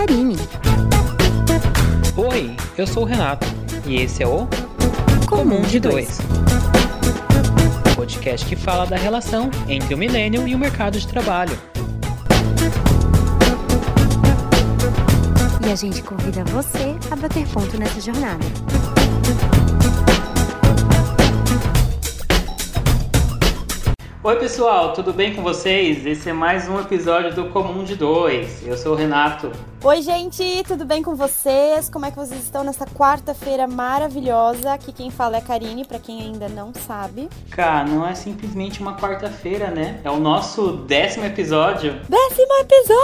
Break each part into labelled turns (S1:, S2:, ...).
S1: Karine.
S2: Oi, eu sou o Renato e esse é o
S1: Comum de Dois.
S2: Podcast que fala da relação entre o millennial e o mercado de trabalho.
S1: E a gente convida você a bater ponto nessa jornada.
S2: Oi pessoal, tudo bem com vocês? Esse é mais um episódio do Comum de Dois. Eu sou o Renato.
S3: Oi gente, tudo bem com vocês? Como é que vocês estão nessa quarta-feira maravilhosa? Aqui quem fala é a Karine, pra quem ainda não sabe.
S2: Cara, não é simplesmente uma quarta-feira, né? É o nosso 10º episódio.
S3: 10º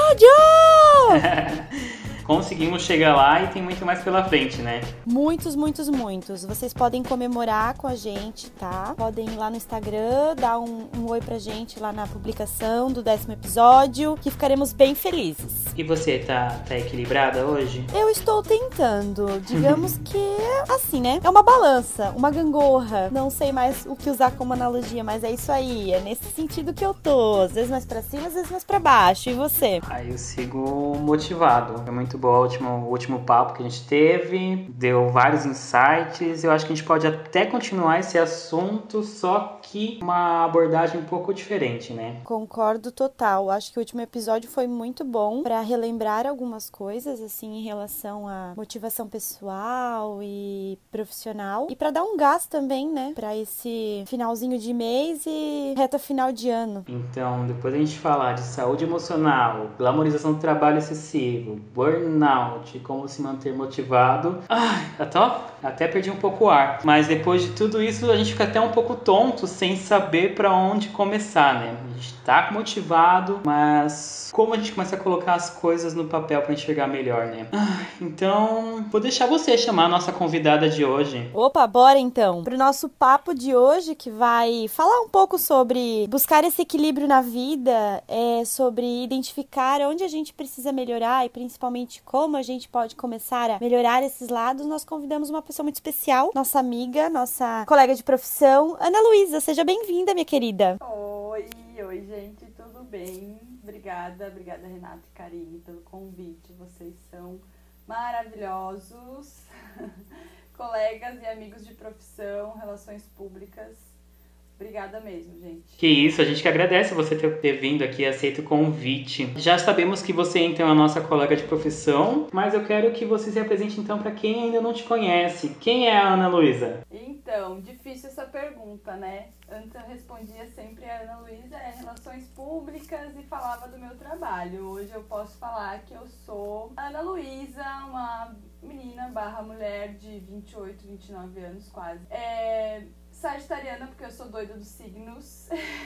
S3: episódio!
S2: Conseguimos chegar lá e tem muito mais pela frente, né?
S3: Muitos. Vocês podem comemorar com a gente, tá? Podem ir lá no Instagram, dar um oi pra gente lá na publicação do 10º episódio, que ficaremos bem felizes.
S2: E você, tá equilibrada hoje?
S3: Eu estou tentando, digamos que, assim, né? É uma balança, uma gangorra. Não sei mais o que usar como analogia, mas é isso aí. É nesse sentido que eu tô. Às vezes mais pra cima, às vezes mais pra baixo. E você?
S2: Eu sigo motivado. É muito boa o último papo que a gente teve. Deu vários insights. Eu acho que a gente pode até continuar esse assunto, só que uma abordagem um pouco diferente, né?
S3: Concordo total. Acho que o último episódio foi muito bom pra relembrar algumas coisas, assim, em relação à motivação pessoal e profissional. E pra dar um gás também, né? Pra esse finalzinho de mês e reta final de ano.
S2: Então, depois a gente falar de saúde emocional, glamorização do trabalho excessivo, burnout, como se manter motivado. Até perdi um pouco o ar. Mas depois de tudo isso, a gente fica até um pouco tonto, sem saber pra onde começar, né? A gente tá motivado, mas como a gente começa a colocar as coisas no papel pra enxergar melhor, né? Então, vou deixar você chamar a nossa convidada de hoje.
S3: Opa, bora então pro nosso papo de hoje, que vai falar um pouco sobre buscar esse equilíbrio na vida, sobre identificar onde a gente precisa melhorar e principalmente como a gente pode começar a melhorar esses lados. Nós convidamos uma pessoa muito especial, nossa amiga, nossa colega de profissão, Ana Luísa. Seja bem-vinda, minha querida.
S4: Oi, gente, tudo bem? Obrigada, Renata e Karine, pelo convite. Vocês são maravilhosos, colegas e amigos de profissão, relações públicas. Obrigada mesmo, gente.
S2: Que isso, a gente que agradece você ter vindo aqui e aceito o convite. Já sabemos que você então é a nossa colega de profissão, mas eu quero que você se apresente então para quem ainda não te conhece. Quem é a Ana Luísa?
S4: Então, difícil essa pergunta, né? Antes eu respondia sempre a Ana Luísa relações públicas e falava do meu trabalho. Hoje eu posso falar que eu sou Ana Luísa, uma menina / mulher de 28, 29 anos quase. Sagitariana, porque eu sou doida dos signos.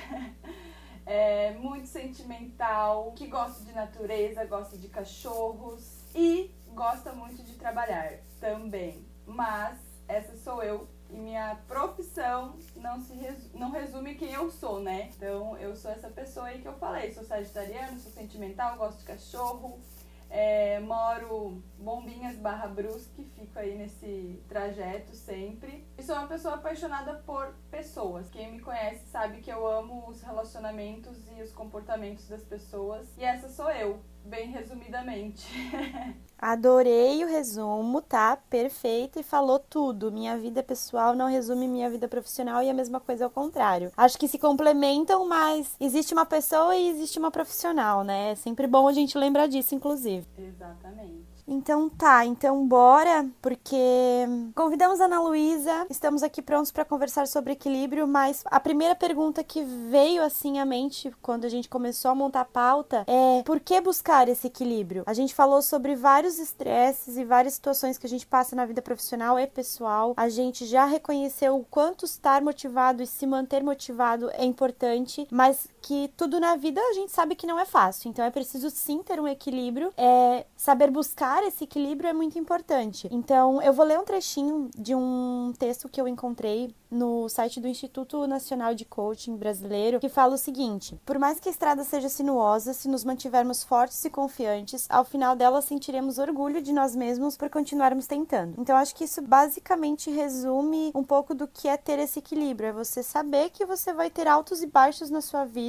S4: Muito sentimental, que gosta de natureza, gosta de cachorros e gosta muito de trabalhar também. Mas essa sou eu e minha profissão não resume quem eu sou, né? Então eu sou essa pessoa aí que eu falei. Sou sagitariana, sou sentimental, gosto de cachorro. Moro Bombinhas / Brusque, fico aí nesse trajeto sempre. E sou uma pessoa apaixonada por pessoas. Quem me conhece sabe que eu amo os relacionamentos e os comportamentos das pessoas. E essa sou eu, bem resumidamente.
S3: Adorei o resumo, tá? Perfeito, e falou tudo. Minha vida pessoal não resume minha vida profissional e a mesma coisa ao contrário. Acho que se complementam, mas existe uma pessoa e existe uma profissional, né? É sempre bom a gente lembrar disso, inclusive.
S4: Exatamente.
S3: Então bora, porque convidamos a Ana Luísa, estamos aqui prontos para conversar sobre equilíbrio, mas a primeira pergunta que veio assim à mente quando a gente começou a montar a pauta é: por que buscar esse equilíbrio? A gente falou sobre vários estresses e várias situações que a gente passa na vida profissional e pessoal. A gente já reconheceu o quanto estar motivado e se manter motivado é importante, mas que tudo na vida a gente sabe que não é fácil, então é preciso sim ter um equilíbrio, saber buscar esse equilíbrio é muito importante. Então eu vou ler um trechinho de um texto que eu encontrei no site do Instituto Nacional de Coaching Brasileiro, que fala o seguinte: por mais que a estrada seja sinuosa, se nos mantivermos fortes e confiantes, ao final dela sentiremos orgulho de nós mesmos por continuarmos tentando. Então acho que isso basicamente resume um pouco do que é ter esse equilíbrio, é você saber que você vai ter altos e baixos na sua vida,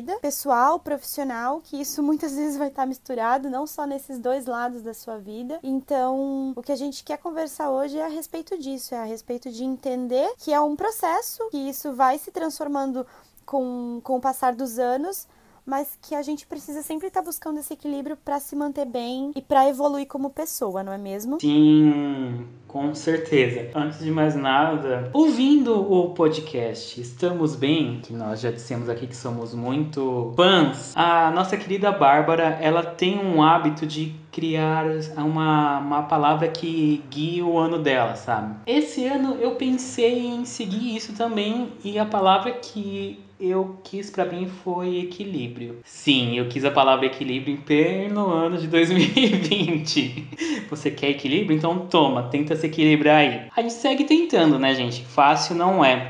S3: vida, pessoal, profissional, que isso muitas vezes vai estar misturado, não só nesses dois lados da sua vida. Então, o que a gente quer conversar hoje é a respeito disso, é a respeito de entender que é um processo, que isso vai se transformando com o passar dos anos, mas que a gente precisa sempre estar buscando esse equilíbrio para se manter bem e para evoluir como pessoa, não é mesmo?
S2: Sim, com certeza. Antes de mais nada, ouvindo o podcast Estamos Bem, que nós já dissemos aqui que somos muito fãs, a nossa querida Bárbara, ela tem um hábito de criar uma palavra que guie o ano dela, sabe? Esse ano eu pensei em seguir isso também, e a palavra que eu quis pra mim foi equilíbrio. Sim, eu quis a palavra equilíbrio em pleno ano de 2020. Você quer equilíbrio? Então toma, tenta se equilibrar aí. A gente segue tentando, né, gente? Fácil não é.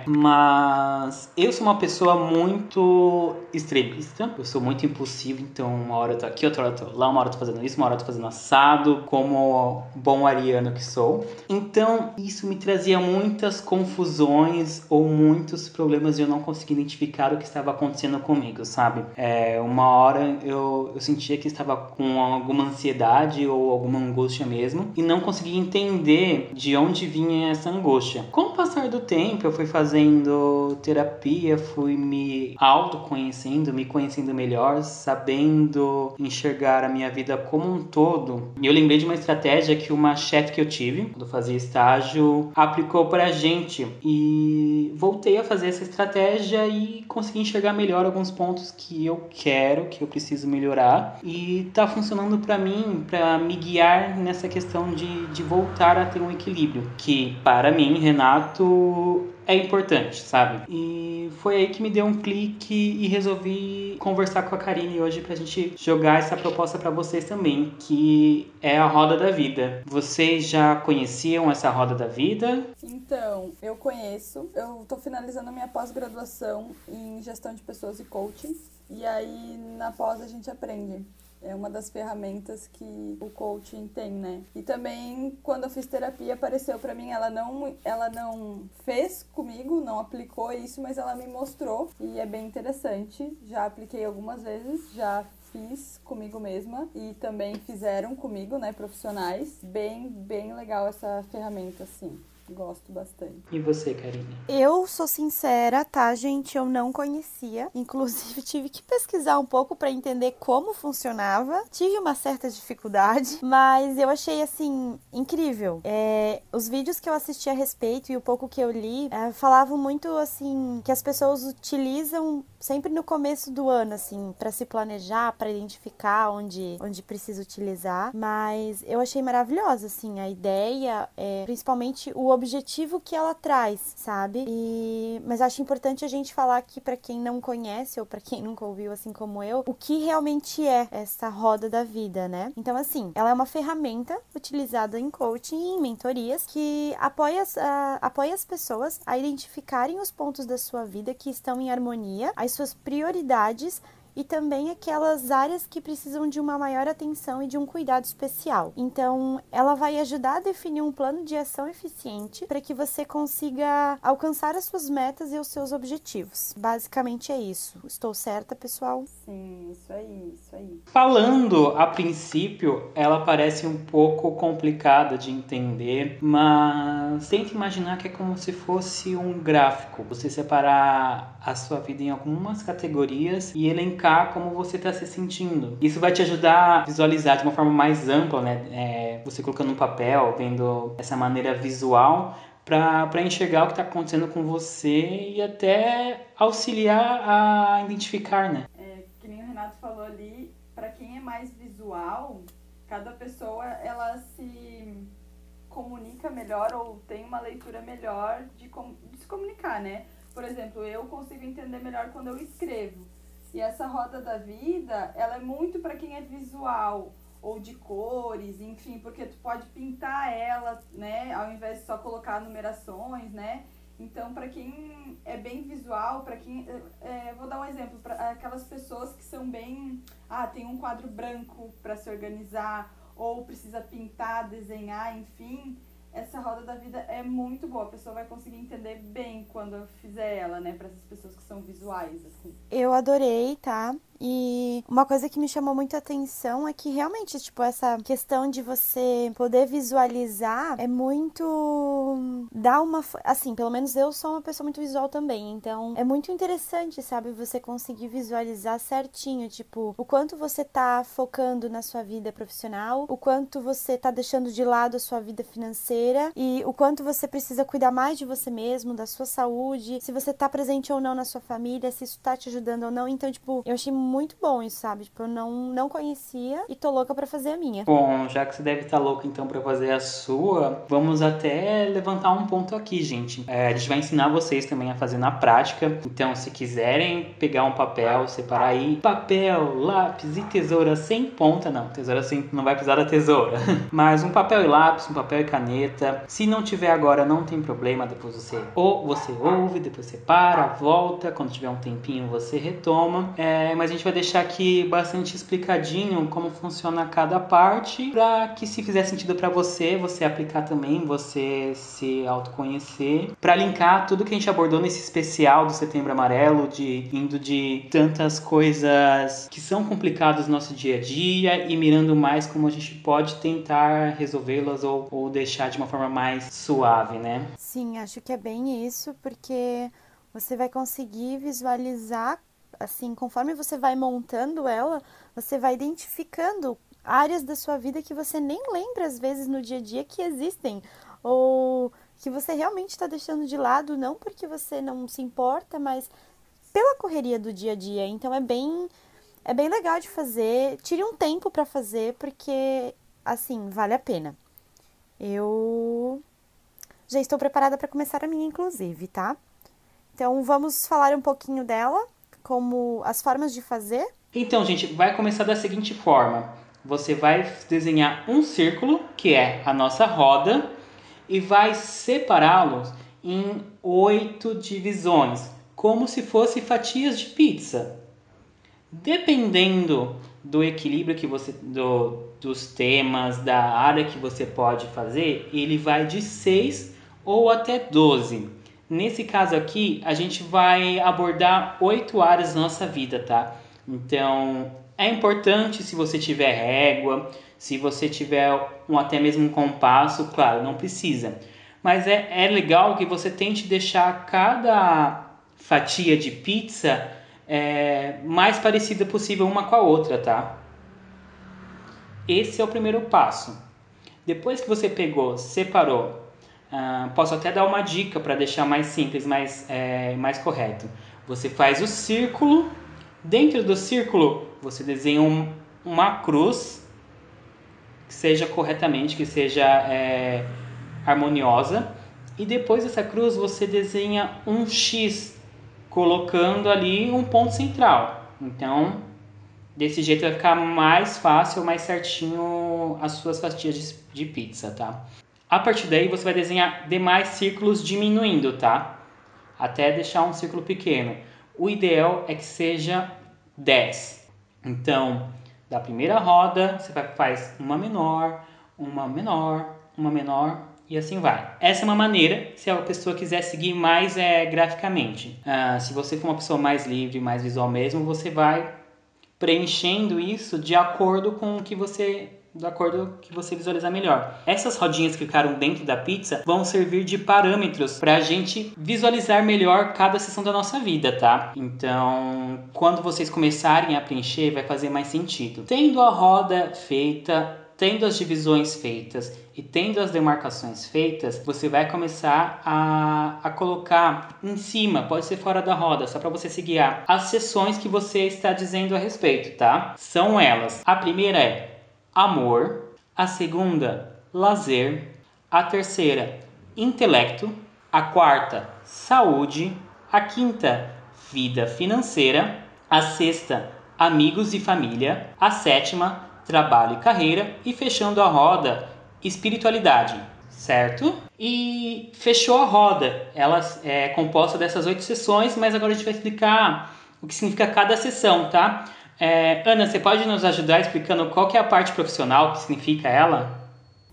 S2: Mas eu sou uma pessoa muito extremista. Eu sou muito impulsivo, então uma hora eu tô aqui, outra hora eu tô lá, uma hora eu tô fazendo isso, uma hora eu tô fazendo assado, como bom ariano que sou. Então isso me trazia muitas confusões ou muitos problemas de eu não conseguir identificar o que estava acontecendo comigo, sabe? Uma hora eu sentia que estava com alguma ansiedade ou alguma angústia mesmo e não conseguia entender de onde vinha essa angústia. Com o passar do tempo, eu fui fazendo terapia, fui me autoconhecendo, me conhecendo melhor, sabendo enxergar a minha vida como um todo. E eu lembrei de uma estratégia que uma chefe que eu tive, quando eu fazia estágio, aplicou pra gente. E voltei a fazer essa estratégia e consegui enxergar melhor alguns pontos que eu quero, que eu preciso melhorar. E tá funcionando pra mim, pra me guiar nessa questão de voltar a ter um equilíbrio. Que, para mim, Renato, é importante, sabe? E foi aí que me deu um clique e resolvi conversar com a Karine hoje pra gente jogar essa proposta pra vocês também, que é a Roda da Vida. Vocês já conheciam essa Roda da Vida?
S4: Então, eu conheço. Eu tô finalizando a minha pós-graduação em gestão de pessoas e coaching. E aí, na pós, a gente aprende. É uma das ferramentas que o coaching tem, né? E também, quando eu fiz terapia, apareceu pra mim, ela não fez comigo, não aplicou isso, mas ela me mostrou. E é bem interessante. Já apliquei algumas vezes, já fiz comigo mesma e também fizeram comigo, né, profissionais. Bem legal essa ferramenta, assim. Gosto bastante.
S2: E você, Karine?
S3: Eu sou sincera, tá, gente? Eu não conhecia. Inclusive, tive que pesquisar um pouco pra entender como funcionava. Tive uma certa dificuldade, mas eu achei, assim, incrível. Os vídeos que eu assisti a respeito e o pouco que eu li falavam muito, assim, que as pessoas utilizam sempre no começo do ano, assim, pra se planejar, pra identificar onde precisa utilizar. Mas eu achei maravilhosa, assim, a ideia, principalmente o objetivo que ela traz, sabe? Mas acho importante a gente falar aqui pra quem não conhece ou pra quem nunca ouviu, assim como eu, o que realmente é essa roda da vida, né? Então, assim, ela é uma ferramenta utilizada em coaching e em mentorias que apoia as pessoas a identificarem os pontos da sua vida que estão em harmonia, as suas prioridades e também aquelas áreas que precisam de uma maior atenção e de um cuidado especial. Então, ela vai ajudar a definir um plano de ação eficiente para que você consiga alcançar as suas metas e os seus objetivos. Basicamente é isso. Estou certa, pessoal?
S4: Sim, isso aí.
S2: Falando a princípio, ela parece um pouco complicada de entender, mas tenta imaginar que é como se fosse um gráfico. Você separar a sua vida em algumas categorias e elencar como você está se sentindo. Isso vai te ajudar a visualizar de uma forma mais ampla, né? Você colocando no papel, vendo essa maneira visual para enxergar o que está acontecendo com você e até auxiliar a identificar, né?
S4: Que nem o Renato falou ali, para quem é mais visual, cada pessoa ela se comunica melhor ou tem uma leitura melhor de se comunicar, né? Por exemplo, eu consigo entender melhor quando eu escrevo. E essa roda da vida, ela é muito para quem é visual ou de cores, enfim, porque tu pode pintar ela, né, ao invés de só colocar numerações, né? Então, para quem é bem visual, para quem... vou dar um exemplo, para aquelas pessoas que são bem... tem um quadro branco para se organizar, ou precisa pintar, desenhar, enfim... essa roda da vida é muito boa. A pessoa vai conseguir entender bem quando eu fizer ela, né? Para essas pessoas que são visuais, assim.
S3: Eu adorei, tá? E uma coisa que me chamou muito a atenção é que realmente, tipo, essa questão de você poder visualizar é muito... dá uma... assim, pelo menos eu sou uma pessoa muito visual também, então é muito interessante, sabe? Você conseguir visualizar certinho, tipo, o quanto você tá focando na sua vida profissional, o quanto você tá deixando de lado a sua vida financeira e o quanto você precisa cuidar mais de você mesmo, da sua saúde, se você tá presente ou não na sua família, se isso tá te ajudando ou não. Então, tipo, eu achei muito bom isso, sabe? Tipo, eu não conhecia e tô louca pra fazer a minha.
S2: Bom, já que você deve estar louca então pra fazer a sua, vamos até levantar um ponto aqui, gente. A gente vai ensinar vocês também a fazer na prática. Então, se quiserem pegar um papel, separar aí papel, lápis e tesoura sem ponta, não, tesoura sem, não vai precisar da tesoura, mas um papel e lápis, um papel e caneta. Se não tiver agora, não tem problema, depois você ouve, depois você para, volta, quando tiver um tempinho você retoma. Mas a gente vai deixar aqui bastante explicadinho como funciona cada parte, para que se fizer sentido para você aplicar também, você se autoconhecer, para linkar tudo que a gente abordou nesse especial do Setembro Amarelo, indo de tantas coisas que são complicadas no nosso dia a dia e mirando mais como a gente pode tentar resolvê-las ou deixar de uma forma mais suave, né?
S3: Sim, acho que é bem isso, porque você vai conseguir visualizar, assim, conforme você vai montando ela, você vai identificando áreas da sua vida que você nem lembra, às vezes, no dia a dia que existem, ou que você realmente está deixando de lado, não porque você não se importa, mas pela correria do dia a dia. Então, é bem legal de fazer. Tire um tempo para fazer, porque, assim, vale a pena. Eu já estou preparada para começar a minha, inclusive, tá? Então, vamos falar um pouquinho dela, como as formas de fazer.
S2: Então, gente, vai começar da seguinte forma. Você vai desenhar um círculo, que é a nossa roda, e vai separá-los em 8 divisões, como se fossem fatias de pizza. Dependendo do equilíbrio que você, dos temas, da área que você pode fazer, ele vai de 6 ou até 12. Nesse caso aqui, a gente vai abordar 8 áreas da nossa vida, tá? Então, é importante se você tiver régua, se você tiver até mesmo um compasso, claro, não precisa. Mas é legal que você tente deixar cada fatia de pizza mais parecida possível uma com a outra, tá? Esse é o primeiro passo. Depois que você pegou, separou, posso até dar uma dica para deixar mais simples, mais correto. Você faz o círculo, dentro do círculo você desenha uma cruz que seja corretamente, que seja harmoniosa, e depois dessa cruz você desenha um X, colocando ali um ponto central. Então, desse jeito vai ficar mais fácil, mais certinho as suas fatias de pizza, tá? A partir daí você vai desenhar demais círculos diminuindo, tá? Até deixar um círculo pequeno. O ideal é que seja 10. Então, da primeira roda, você faz uma menor, uma menor, uma menor e assim vai. Essa é uma maneira, se a pessoa quiser seguir mais graficamente. Se você for uma pessoa mais livre, mais visual mesmo, você vai preenchendo isso de acordo com o que você visualizar melhor. Essas rodinhas que ficaram dentro da pizza vão servir de parâmetros para a gente visualizar melhor cada seção da nossa vida, tá? Então, quando vocês começarem a preencher, vai fazer mais sentido. Tendo a roda feita, tendo as divisões feitas e tendo as demarcações feitas, você vai começar a colocar em cima, pode ser fora da roda, só para você se guiar, as seções que você está dizendo a respeito, tá? São elas. A primeira é amor, a segunda, lazer, a terceira, intelecto, a quarta, saúde, a quinta, vida financeira, a sexta, amigos e família, a sétima, trabalho e carreira, e fechando a roda, espiritualidade, certo? E fechou a roda, ela é composta dessas 8 sessões, mas agora a gente vai explicar o que significa cada sessão, tá? Ana, você pode nos ajudar explicando qual que é a parte profissional, o que significa ela?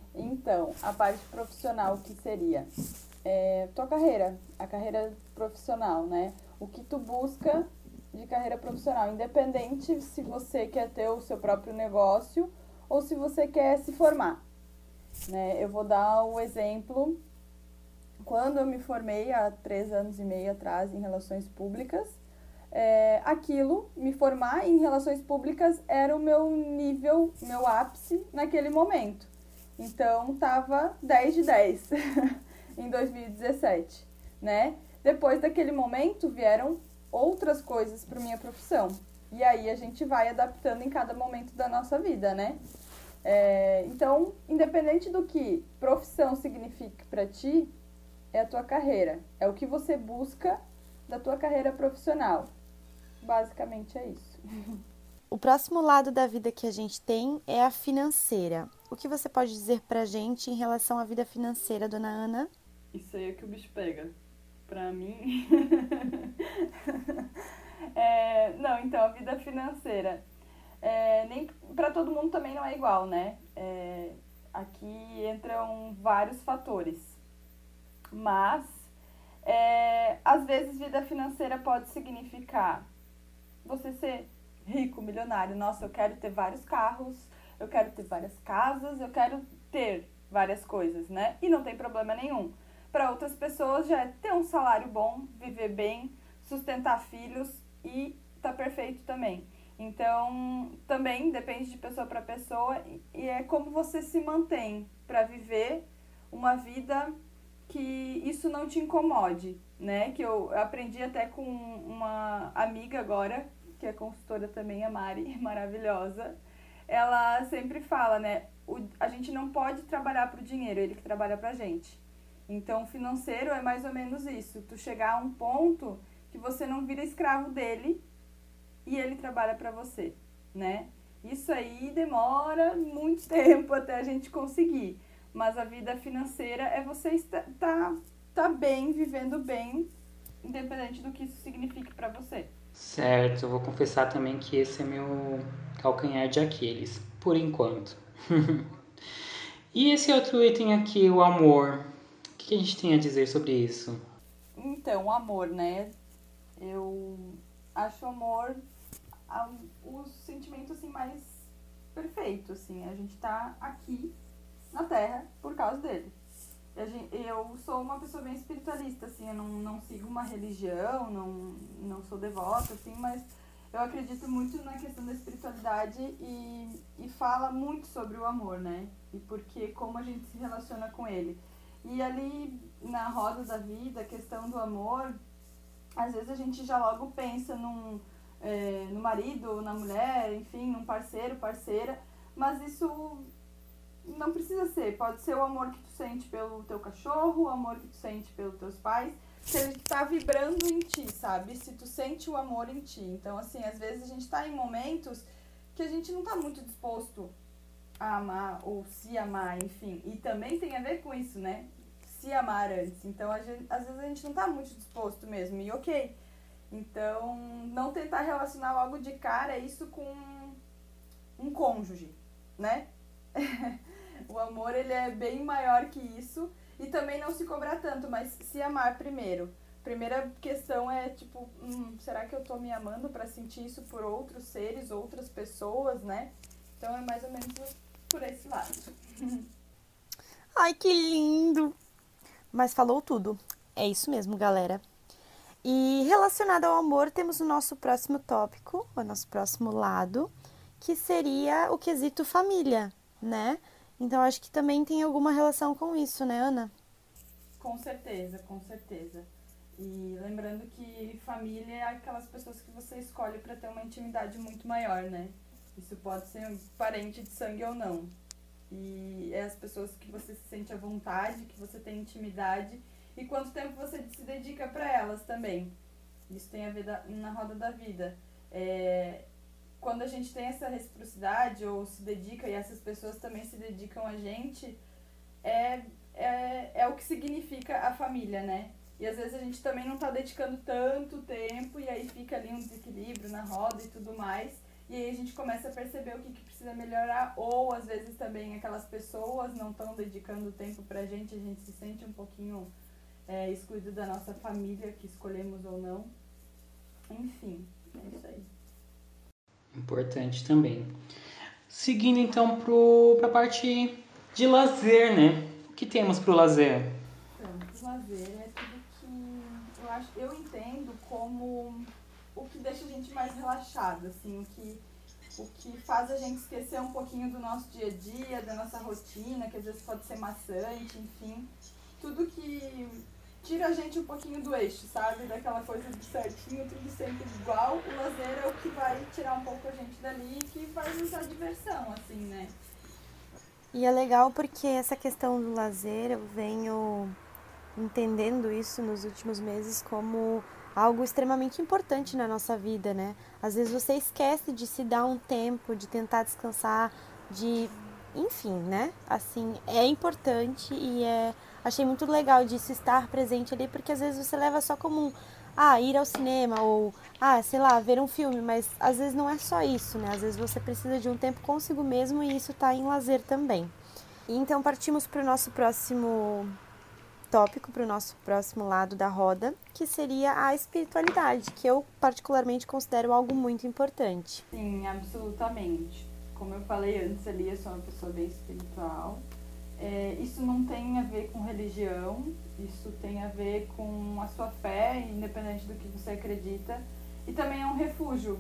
S4: Então, a parte profissional que seria tua carreira, a carreira profissional, né? O que tu busca de carreira profissional, independente se você quer ter o seu próprio negócio ou se você quer se formar, né? Eu vou dar o exemplo, quando eu me formei há 3 anos e meio atrás em Relações Públicas, me formar em Relações Públicas era o meu nível, meu ápice naquele momento. Então, tava 10 de 10 em 2017, né? Depois daquele momento, vieram outras coisas para minha profissão. E aí, a gente vai adaptando em cada momento da nossa vida, né? Então, independente do que profissão signifique para ti, é a tua carreira. É o que você busca da tua carreira profissional. Basicamente é isso.
S3: O próximo lado da vida que a gente tem é a financeira. O que você pode dizer pra gente em relação à vida financeira, dona Ana?
S4: Isso aí é que o bicho pega. Pra mim... Não, então, a vida financeira. Nem pra todo mundo também não é igual, né? Aqui entram vários fatores. Mas, às vezes, vida financeira pode significar você ser rico, milionário. Nossa, eu quero ter vários carros, eu quero ter várias casas, eu quero ter várias coisas, né? E não tem problema nenhum. Para outras pessoas já é ter um salário bom, viver bem, sustentar filhos e tá perfeito também. Então, também depende de pessoa para pessoa e é como você se mantém para viver uma vida que isso não te incomode, né? Que eu aprendi até com uma amiga agora, que é consultora também, a Mari, maravilhosa. Ela sempre fala, né? A gente não pode trabalhar pro dinheiro, ele que trabalha pra gente. Então, o financeiro é mais ou menos isso. Tu chegar a um ponto que você não vira escravo dele e ele trabalha pra você, né? Isso aí demora muito tempo até a gente conseguir. Mas a vida financeira é você tá bem, vivendo bem, independente do que isso signifique pra você.
S2: Certo, eu vou confessar também que esse é meu calcanhar de Aquiles, por enquanto. E esse outro item aqui, o amor, o que a gente tem a dizer sobre isso?
S4: Então, o amor, né? Eu acho o amor o sentimento assim mais perfeito, assim. A gente tá aqui na Terra por causa dele. Eu sou uma pessoa bem espiritualista, assim, eu não sigo uma religião, não sou devota, assim, mas eu acredito muito na questão da espiritualidade e fala muito sobre o amor, né? E porque como a gente se relaciona com ele. E ali na roda da vida, a questão do amor, às vezes a gente já logo pensa no marido, na mulher, enfim, num parceiro, parceira, mas isso não precisa ser, pode ser o amor que tu sente pelo teu cachorro, o amor que tu sente pelos teus pais, se ele tá vibrando em ti, sabe? Se tu sente o amor em ti. Então, assim, às vezes a gente tá em momentos que a gente não tá muito disposto a amar ou se amar, enfim. E também tem a ver com isso, né? Se amar antes. Então, às vezes a gente não tá muito disposto mesmo, e ok. Então, não tentar relacionar logo de cara isso com um cônjuge, né? O amor, ele é bem maior que isso. E também não se cobrar tanto, mas se amar primeiro. Primeira questão é, tipo, será que eu tô me amando pra sentir isso por outros seres, outras pessoas, né? Então é mais ou menos por esse lado.
S3: Ai, que lindo! Mas falou tudo. É isso mesmo, galera. E relacionado ao amor, temos o nosso próximo tópico, o nosso próximo lado, que seria o quesito família, né? Então, acho que também tem alguma relação com isso, né, Ana?
S4: Com certeza, com certeza. E lembrando que família é aquelas pessoas que você escolhe para ter uma intimidade muito maior, né? Isso pode ser um parente de sangue ou não. E é as pessoas que você se sente à vontade, que você tem intimidade e quanto tempo você se dedica para elas também. Isso tem a ver na roda da vida. Quando a gente tem essa reciprocidade ou se dedica e essas pessoas também se dedicam a gente, é o que significa a família, né? E às vezes a gente também não tá dedicando tanto tempo e aí fica ali um desequilíbrio na roda e tudo mais. E aí a gente começa a perceber o que precisa melhorar, ou às vezes também aquelas pessoas não estão dedicando tempo pra gente, a gente se sente um pouquinho excluído da nossa família, que escolhemos ou não. Enfim, é isso aí.
S2: Importante também. Seguindo então para a parte de lazer, né? O que temos para o lazer?
S4: Então, o lazer é tudo que eu entendo como o que deixa a gente mais relaxado, assim, o que faz a gente esquecer um pouquinho do nosso dia a dia, da nossa rotina, que às vezes pode ser maçante, enfim. Tudo que tira a gente um pouquinho do eixo, sabe? Daquela coisa de certinho, tudo sempre igual. O lazer é o que vai tirar um pouco a gente dali e que vai nos dar diversão, assim, né?
S3: E é legal porque essa questão do lazer, eu venho entendendo isso nos últimos meses como algo extremamente importante na nossa vida, né? Às vezes você esquece de se dar um tempo, de tentar descansar, enfim, né? Assim, é importante e achei muito legal disso estar presente ali, porque às vezes você leva só como ir ao cinema ou, sei lá, ver um filme, mas às vezes não é só isso, né? Às vezes você precisa de um tempo consigo mesmo e isso tá em lazer também. E então partimos para o nosso próximo tópico, para o nosso próximo lado da roda, que seria a espiritualidade, que eu particularmente considero algo muito importante.
S4: Sim, absolutamente. Como eu falei antes ali, eu sou uma pessoa bem espiritual. Isso não tem a ver com religião, isso tem a ver com a sua fé, independente do que você acredita. E também é um refúgio.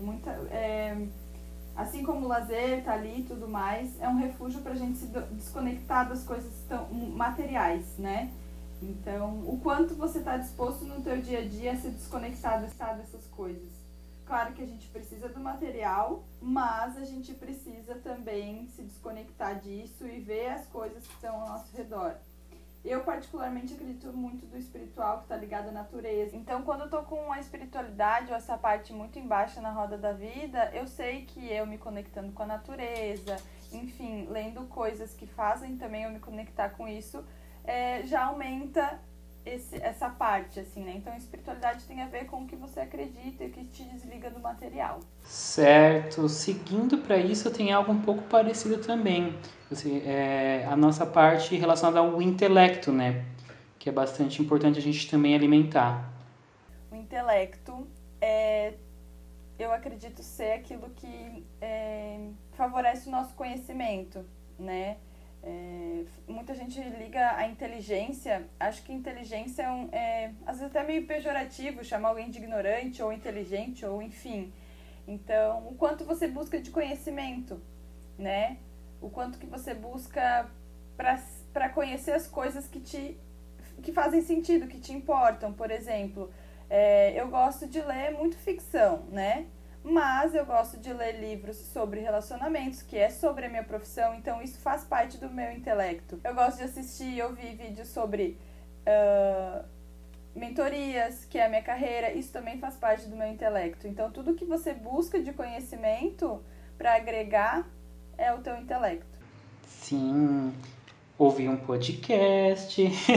S4: Assim como o lazer tá ali e tudo mais, é um refúgio pra gente se desconectar das coisas materiais, né? Então, o quanto você está disposto no teu dia a dia a se desconectar dessas coisas. Claro que a gente precisa do material, mas a gente precisa também se desconectar disso e ver as coisas que estão ao nosso redor. Eu particularmente acredito muito do espiritual que está ligado à natureza. Então, quando eu tô com a espiritualidade ou essa parte muito embaixo na roda da vida, eu sei que eu me conectando com a natureza, enfim, lendo coisas que fazem também eu me conectar com isso, já aumenta essa parte, assim, né? Então, a espiritualidade tem a ver com o que você acredita e o que te desliga do material.
S2: Certo. Seguindo para isso, tem algo um pouco parecido também. A nossa parte relacionada ao intelecto, né? Que é bastante importante a gente também alimentar.
S4: O intelecto eu acredito ser aquilo que favorece o nosso conhecimento, né? Muita gente liga a inteligência, acho que inteligência às vezes até meio pejorativo, chamar alguém de ignorante ou inteligente, ou enfim. Então, o quanto você busca de conhecimento, né? O quanto que você busca para conhecer as coisas que fazem sentido, que te importam. Por exemplo, eu gosto de ler muito ficção, né? Mas eu gosto de ler livros sobre relacionamentos, que é sobre a minha profissão, então isso faz parte do meu intelecto. Eu gosto de assistir e ouvir vídeos sobre mentorias, que é a minha carreira, isso também faz parte do meu intelecto. Então tudo que você busca de conhecimento para agregar é o teu intelecto.
S2: Sim, ouvir um podcast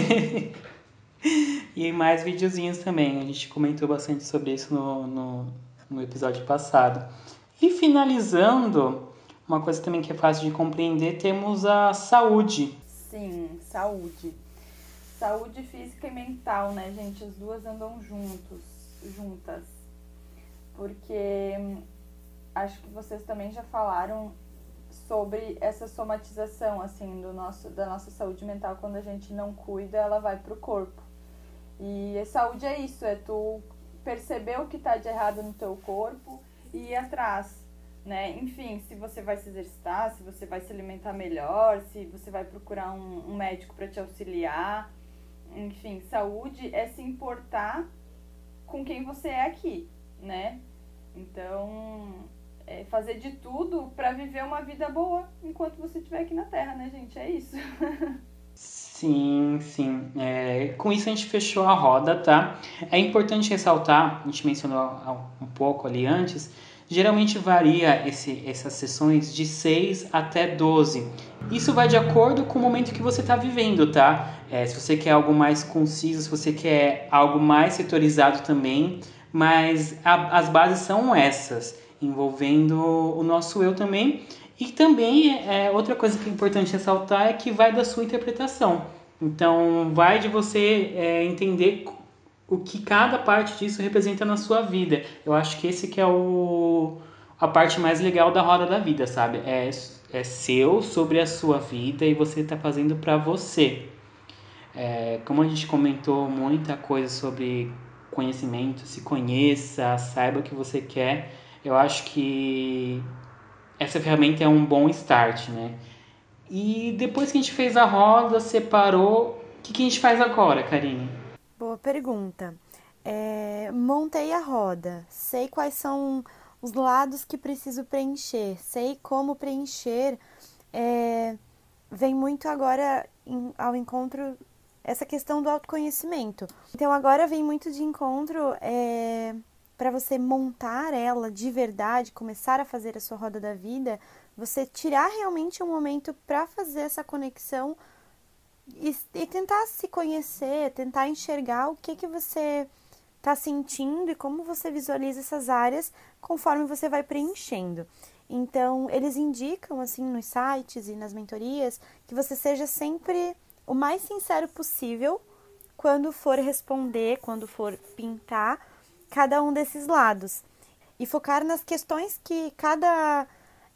S2: e mais videozinhos também. A gente comentou bastante sobre isso no episódio passado. E finalizando, uma coisa também que é fácil de compreender, temos a saúde.
S4: Sim, saúde. Saúde física e mental, né, gente? As duas andam juntas. Porque acho que vocês também já falaram sobre essa somatização, assim, da nossa saúde mental. Quando a gente não cuida, ela vai pro corpo. E a saúde é isso, é tu perceber o que tá de errado no teu corpo e ir atrás, né? Enfim, se você vai se exercitar, se você vai se alimentar melhor, se você vai procurar um médico para te auxiliar. Enfim, saúde é se importar com quem você é aqui, né? Então, fazer de tudo para viver uma vida boa enquanto você estiver aqui na Terra, né, gente? É isso.
S2: Sim. Com isso a gente fechou a roda, tá? É importante ressaltar, a gente mencionou um pouco ali antes, geralmente varia essas sessões de 6 até 12. Isso vai de acordo com o momento que você está vivendo, tá? Se você quer algo mais conciso, se você quer algo mais setorizado também, mas as bases são essas. envolvendo o nosso eu também. E também, outra coisa que é importante ressaltar é que vai da sua interpretação. Então, vai de você entender o que cada parte disso representa na sua vida. Eu acho que esse que é a parte mais legal da roda da vida, sabe? É seu, sobre a sua vida, e você está fazendo para você. Como a gente comentou muita coisa sobre conhecimento, se conheça, saiba o que você quer, eu acho que essa ferramenta é um bom start, né? E depois que a gente fez a roda, separou, o que a gente faz agora, Karine?
S3: Boa pergunta. Montei a roda, sei quais são os lados que preciso preencher, sei como preencher. Vem muito agora ao encontro essa questão do autoconhecimento. Então agora vem muito de encontro para você montar ela de verdade, começar a fazer a sua roda da vida, você tirar realmente um momento para fazer essa conexão e tentar se conhecer, tentar enxergar o que você está sentindo e como você visualiza essas áreas conforme você vai preenchendo. Então, eles indicam, assim, nos sites e nas mentorias, que você seja sempre o mais sincero possível quando for responder, quando for pintar cada um desses lados. E focar nas questões que cada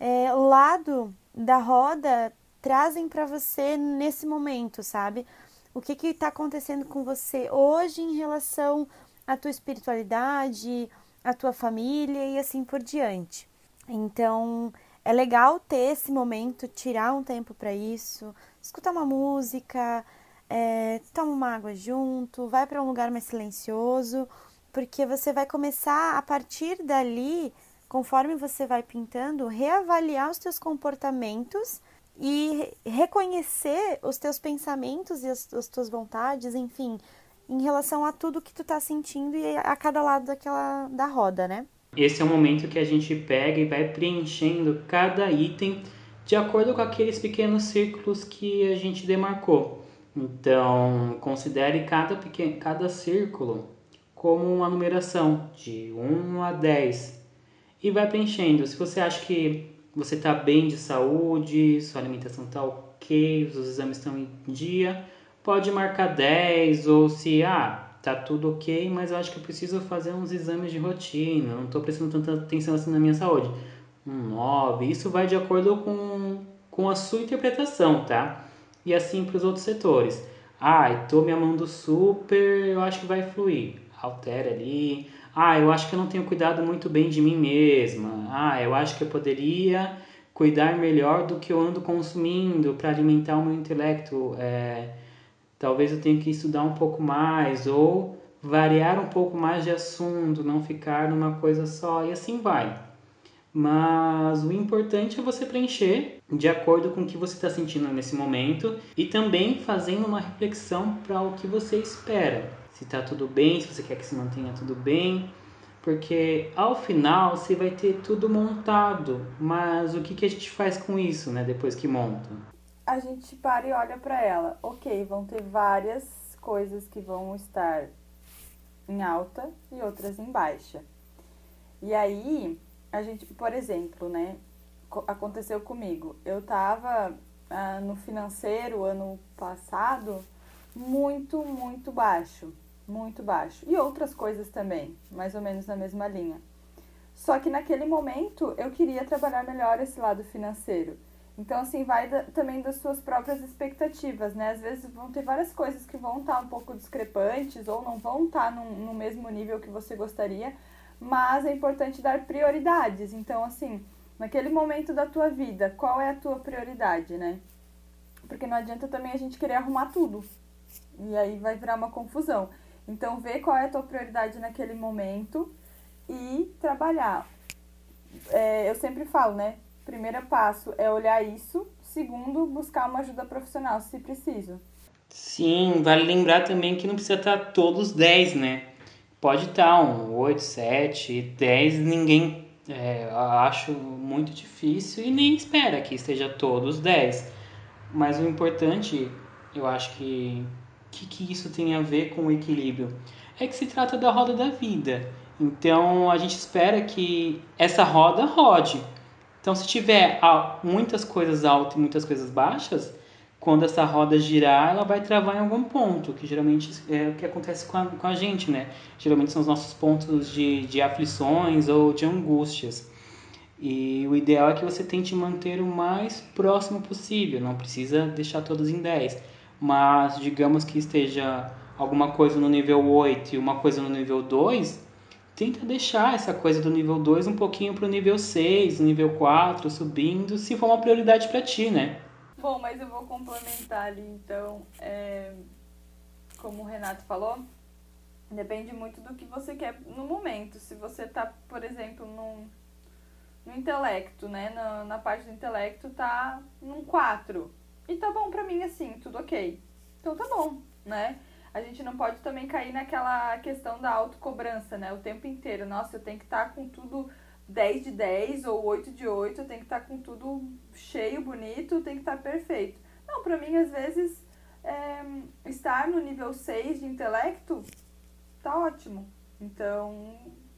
S3: lado da roda trazem para você nesse momento, sabe? O que está acontecendo com você hoje em relação à tua espiritualidade, à tua família e assim por diante. Então, é legal ter esse momento, tirar um tempo para isso, escutar uma música, toma uma água junto, vai para um lugar mais silencioso, porque você vai começar, a partir dali, conforme você vai pintando, reavaliar os teus comportamentos e reconhecer os teus pensamentos e as tuas vontades, enfim, em relação a tudo que tu tá sentindo e a cada lado da roda, né?
S2: Esse é o momento que a gente pega e vai preenchendo cada item de acordo com aqueles pequenos círculos que a gente demarcou. Então, considere cada círculo como uma numeração de 1 a 10 e vai preenchendo. Se você acha que você está bem de saúde, sua alimentação está ok, os exames estão em dia, pode marcar 10, ou se tá tudo ok, mas eu acho que eu preciso fazer uns exames de rotina, não estou prestando tanta atenção assim na minha saúde. 9, isso vai de acordo com a sua interpretação, tá? E assim para os outros setores. Estou me amando super, eu acho que vai fluir. Altera ali. Eu acho que eu não tenho cuidado muito bem de mim mesma. Eu acho que eu poderia cuidar melhor do que eu ando consumindo para alimentar o meu intelecto. Talvez eu tenha que estudar um pouco mais ou variar um pouco mais de assunto, não ficar numa coisa só, e assim vai. Mas o importante é você preencher de acordo com o que você está sentindo nesse momento e também fazendo uma reflexão para o que você espera. Se está tudo bem, se você quer que se mantenha tudo bem, porque ao final você vai ter tudo montado, mas o que a gente faz com isso, né, depois que monta?
S4: A gente para e olha para ela. Ok, vão ter várias coisas que vão estar em alta e outras em baixa. E aí, a gente, por exemplo, né, aconteceu comigo. Eu tava no financeiro ano passado muito, muito baixo. Muito baixo. E outras coisas também, mais ou menos na mesma linha. Só que naquele momento eu queria trabalhar melhor esse lado financeiro. Então, assim, vai também das suas próprias expectativas, né? Às vezes vão ter várias coisas que vão estar um pouco discrepantes ou não vão estar no mesmo nível que você gostaria, mas é importante dar prioridades. Então, assim, naquele momento da tua vida, qual é a tua prioridade, né? Porque não adianta também a gente querer arrumar tudo. E aí vai virar uma confusão. Então, vê qual é a tua prioridade naquele momento e trabalhar. Eu sempre falo, né? Primeiro passo é olhar isso. Segundo, buscar uma ajuda profissional, se preciso.
S2: Sim, vale lembrar também que não precisa estar todos 10, né? Pode estar um 8, 7, 10, ninguém acho muito difícil e nem espera que esteja todos 10. Mas o importante, eu acho que isso tem a ver com o equilíbrio? é que se trata da roda da vida. Então a gente espera que essa roda rode. Então se tiver muitas coisas altas e muitas coisas baixas, quando essa roda girar, ela vai travar em algum ponto, que geralmente é o que acontece com a gente, né? Geralmente são os nossos pontos de aflições ou de angústias. E o ideal é que você tente manter o mais próximo possível, não precisa deixar todos em 10. Mas digamos que esteja alguma coisa no nível 8 e uma coisa no nível 2, tenta deixar essa coisa do nível 2 um pouquinho para o nível 6, nível 4, subindo, se for uma prioridade para ti, né?
S4: Bom, mas eu vou complementar ali, então, como o Renato falou, depende muito do que você quer no momento. Se você tá, por exemplo, no intelecto, né, na parte do intelecto tá num 4, e tá bom pra mim assim, tudo ok. Então tá bom, né? A gente não pode também cair naquela questão da autocobrança, né, o tempo inteiro. Nossa, eu tenho que estar com tudo 10 de 10 ou 8 de 8, eu tenho que estar com tudo cheio, bonito, tem que estar perfeito. Não, pra mim, às vezes, estar no nível 6 de intelecto tá ótimo. Então,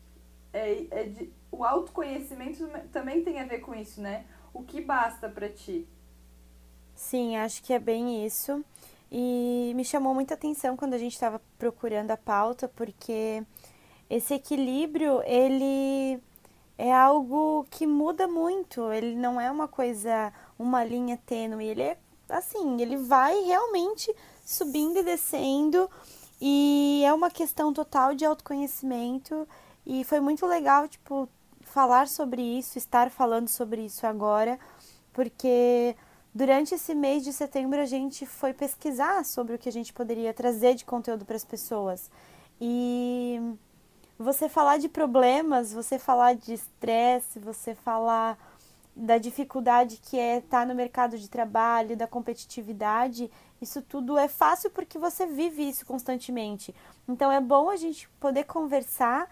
S4: o autoconhecimento também tem a ver com isso, né? O que basta pra ti?
S3: Sim, acho que é bem isso. E me chamou muita atenção quando a gente estava procurando a pauta, porque esse equilíbrio, ele é algo que muda muito, ele não é uma coisa, uma linha tênue, ele é assim, ele vai realmente subindo e descendo, e é uma questão total de autoconhecimento, e foi muito legal, tipo, falar sobre isso, estar falando sobre isso agora, porque durante esse mês de setembro a gente foi pesquisar sobre o que a gente poderia trazer de conteúdo para as pessoas, e você falar de problemas, você falar de estresse, você falar da dificuldade que é estar no mercado de trabalho, da competitividade, isso tudo é fácil porque você vive isso constantemente. Então é bom a gente poder conversar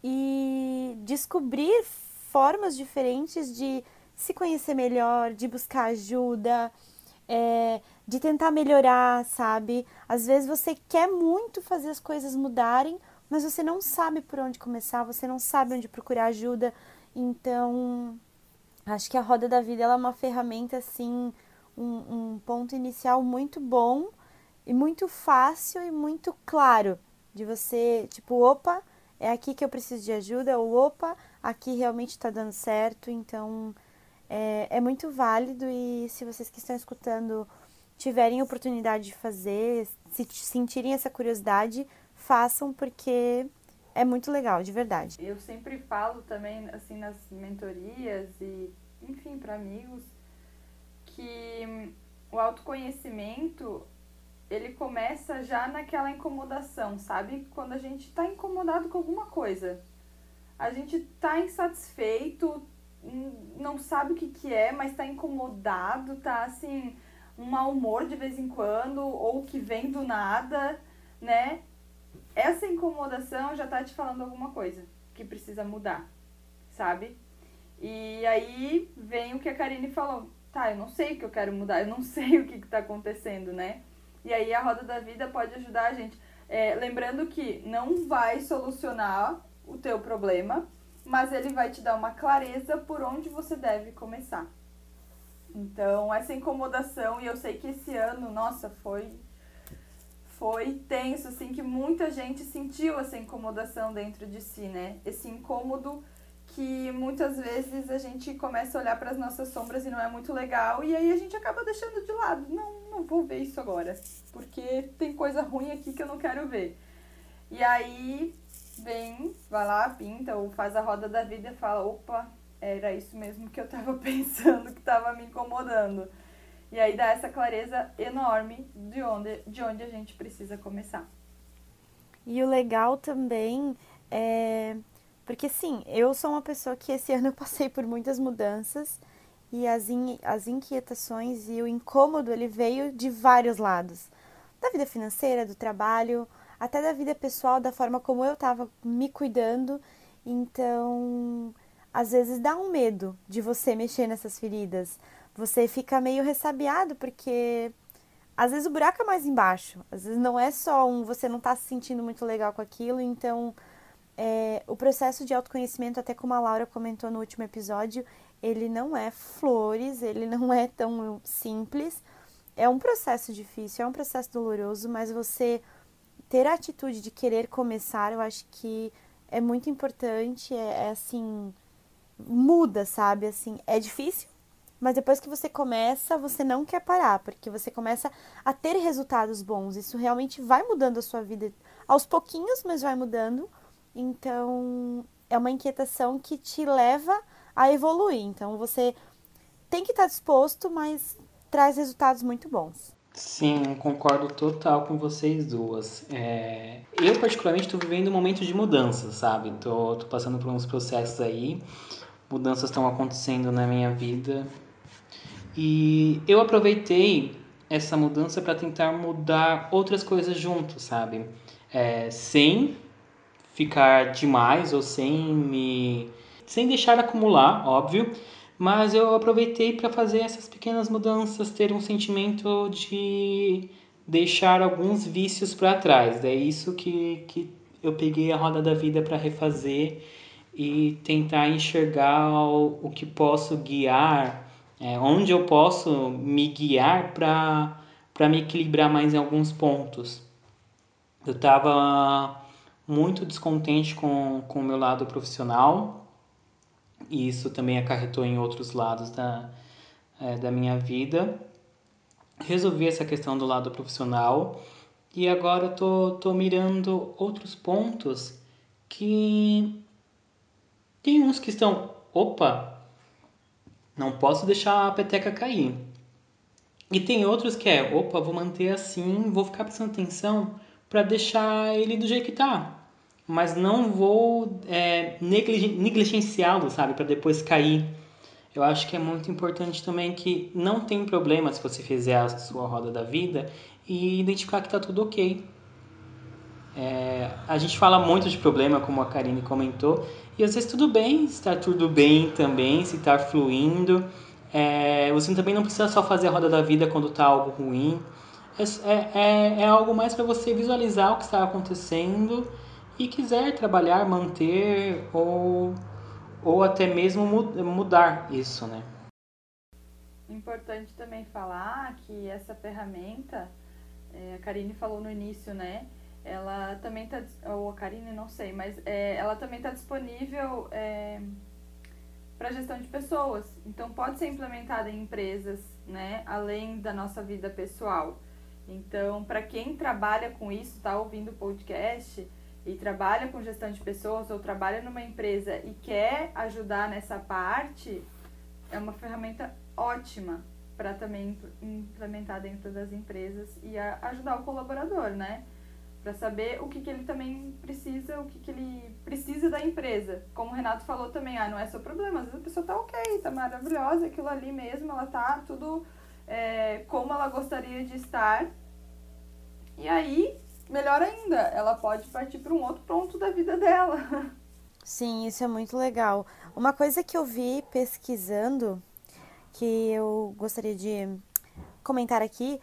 S3: e descobrir formas diferentes de se conhecer melhor, de buscar ajuda, de tentar melhorar, sabe? Às vezes você quer muito fazer as coisas mudarem, mas você não sabe por onde começar, você não sabe onde procurar ajuda. Então, acho que a Roda da Vida ela é uma ferramenta, assim, um ponto inicial muito bom e muito fácil e muito claro de você, tipo, opa, é aqui que eu preciso de ajuda, ou opa, aqui realmente está dando certo. Então, é muito válido, e se vocês que estão escutando tiverem oportunidade de fazer, se sentirem essa curiosidade, façam, porque é muito legal, de verdade.
S4: Eu sempre falo também, assim, nas mentorias e, enfim, para amigos, que o autoconhecimento, ele começa já naquela incomodação, sabe? Quando a gente tá incomodado com alguma coisa. A gente tá insatisfeito, não sabe o que é, mas tá incomodado, tá, assim, um mau humor de vez em quando, ou que vem do nada, né? Essa incomodação já tá te falando alguma coisa que precisa mudar, sabe? E aí vem o que a Karine falou. Tá, eu não sei o que eu quero mudar, eu não sei o que tá acontecendo, né? E aí a Roda da Vida pode ajudar a gente. Lembrando que não vai solucionar o teu problema, mas ele vai te dar uma clareza por onde você deve começar. Então, essa incomodação, e eu sei que esse ano, nossa, foi tenso, assim, que muita gente sentiu essa incomodação dentro de si, né? Esse incômodo que muitas vezes a gente começa a olhar para as nossas sombras e não é muito legal, e aí a gente acaba deixando de lado. Não vou ver isso agora, porque tem coisa ruim aqui que eu não quero ver. E aí vai lá, pinta ou faz a Roda da Vida e fala, opa, era isso mesmo que eu tava pensando, que tava me incomodando. E aí dá essa clareza enorme de onde a gente precisa começar.
S3: E o legal também é... Porque, sim, eu sou uma pessoa que esse ano eu passei por muitas mudanças, e as inquietações e o incômodo, ele veio de vários lados. Da vida financeira, do trabalho, até da vida pessoal, da forma como eu estava me cuidando. Então, às vezes dá um medo de você mexer nessas feridas. Você fica meio ressabiado, porque às vezes o buraco é mais embaixo. Às vezes não é só você não tá se sentindo muito legal com aquilo. Então, o processo de autoconhecimento, até como a Laura comentou no último episódio, ele não é flores, ele não é tão simples. É um processo difícil, é um processo doloroso, mas você ter a atitude de querer começar, eu acho que é muito importante, assim, muda, sabe? Assim, é difícil, mas depois que você começa, você não quer parar, porque você começa a ter resultados bons. Isso realmente vai mudando a sua vida aos pouquinhos, mas vai mudando. Então, é uma inquietação que te leva a evoluir. Então, você tem que estar disposto, mas traz resultados muito bons.
S2: Sim, concordo total com vocês duas. Eu, particularmente, estou vivendo um momento de mudança, sabe? Tô passando por uns processos aí, mudanças estão acontecendo na minha vida. E eu aproveitei essa mudança para tentar mudar outras coisas junto, sabe? Sem ficar demais ou sem deixar acumular, óbvio, mas eu aproveitei para fazer essas pequenas mudanças, ter um sentimento de deixar alguns vícios para trás. É isso que eu peguei a roda da vida para refazer e tentar enxergar o que posso guiar, onde eu posso me guiar para me equilibrar mais em alguns pontos. Eu estava muito descontente com o meu lado profissional, e isso também acarretou em outros lados da minha vida. Resolvi essa questão do lado profissional e agora tô mirando outros pontos que tem uns que estão, opa, não posso deixar a peteca cair. E tem outros que opa, vou manter assim, vou ficar prestando atenção para deixar ele do jeito que tá. Mas não vou negligenciá-lo, sabe, para depois cair. Eu acho que é muito importante também que não tem problema se você fizer a sua roda da vida e identificar que tá tudo ok. A gente fala muito de problema, como a Karine comentou, e às vezes tudo bem estar tudo bem também, se estar fluindo. Você também não precisa só fazer a roda da vida quando está algo ruim. É algo mais para você visualizar o que está acontecendo e quiser trabalhar, manter ou até mesmo mudar isso, né?
S4: Importante também falar que essa ferramenta, a Karine falou no início, né? Ela também está, ou a Karine, não sei, mas ela também está disponível para gestão de pessoas. Então, pode ser implementada em empresas, né? Além da nossa vida pessoal. Então, para quem trabalha com isso, está ouvindo o podcast e trabalha com gestão de pessoas ou trabalha numa empresa e quer ajudar nessa parte, é uma ferramenta ótima para também implementar dentro das empresas e ajudar o colaborador, né? Para saber o que ele também precisa, o que ele precisa da empresa. Como o Renato falou também, não é seu problema, às vezes a pessoa tá ok, tá maravilhosa, aquilo ali mesmo, ela tá tudo como ela gostaria de estar. E aí, melhor ainda, ela pode partir para um outro ponto da vida dela.
S3: Sim, isso é muito legal. Uma coisa que eu vi pesquisando, que eu gostaria de comentar aqui,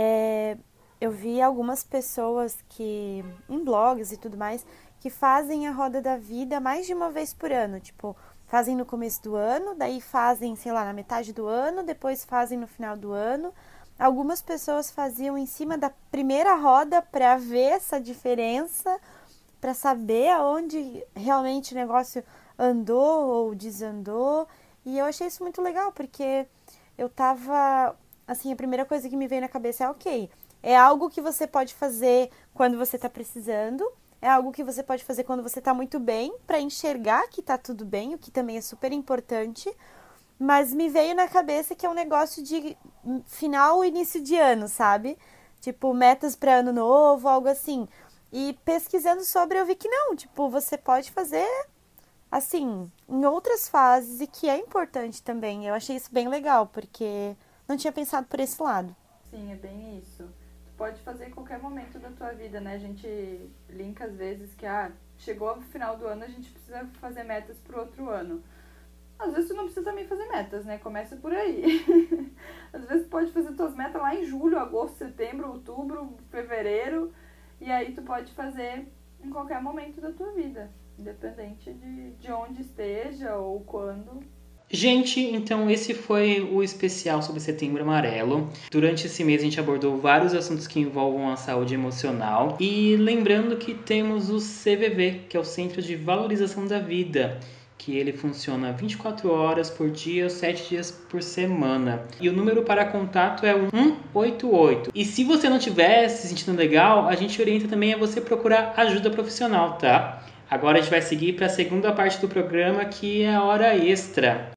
S3: eu vi algumas pessoas que, em blogs e tudo mais, que fazem a roda da vida mais de uma vez por ano. Tipo, fazem no começo do ano, daí fazem, sei lá, na metade do ano, depois fazem no final do ano. Algumas pessoas faziam em cima da primeira roda para ver essa diferença, para saber aonde realmente o negócio andou ou desandou. E eu achei isso muito legal, porque eu tava, assim, a primeira coisa que me veio na cabeça ok, é algo que você pode fazer quando você tá precisando, é algo que você pode fazer quando você tá muito bem, para enxergar que tá tudo bem, o que também é super importante, mas me veio na cabeça que é um negócio de final e início de ano, sabe? Tipo, metas para ano novo, algo assim. E pesquisando sobre, eu vi que não, tipo, você pode fazer, assim, em outras fases e que é importante também. Eu achei isso bem legal, porque não tinha pensado por esse lado.
S4: Sim, é bem isso. Tu pode fazer em qualquer momento da tua vida, né? A gente linka às vezes que, chegou ao final do ano, a gente precisa fazer metas pro outro ano. Às vezes tu não precisa também fazer metas, né? Começa por aí. Às vezes tu pode fazer tuas metas lá em julho, agosto, setembro, outubro, fevereiro. E aí tu pode fazer em qualquer momento da tua vida. Independente de onde esteja ou quando.
S2: Gente, então esse foi o especial sobre Setembro Amarelo. Durante esse mês a gente abordou vários assuntos que envolvam a saúde emocional. E lembrando que temos o CVV, que é o Centro de Valorização da Vida, que ele funciona 24 horas por dia, 7 dias por semana. E o número para contato é o 188. E se você não estiver se sentindo legal, a gente orienta também a você procurar ajuda profissional, tá? Agora a gente vai seguir para a segunda parte do programa, que é a hora extra.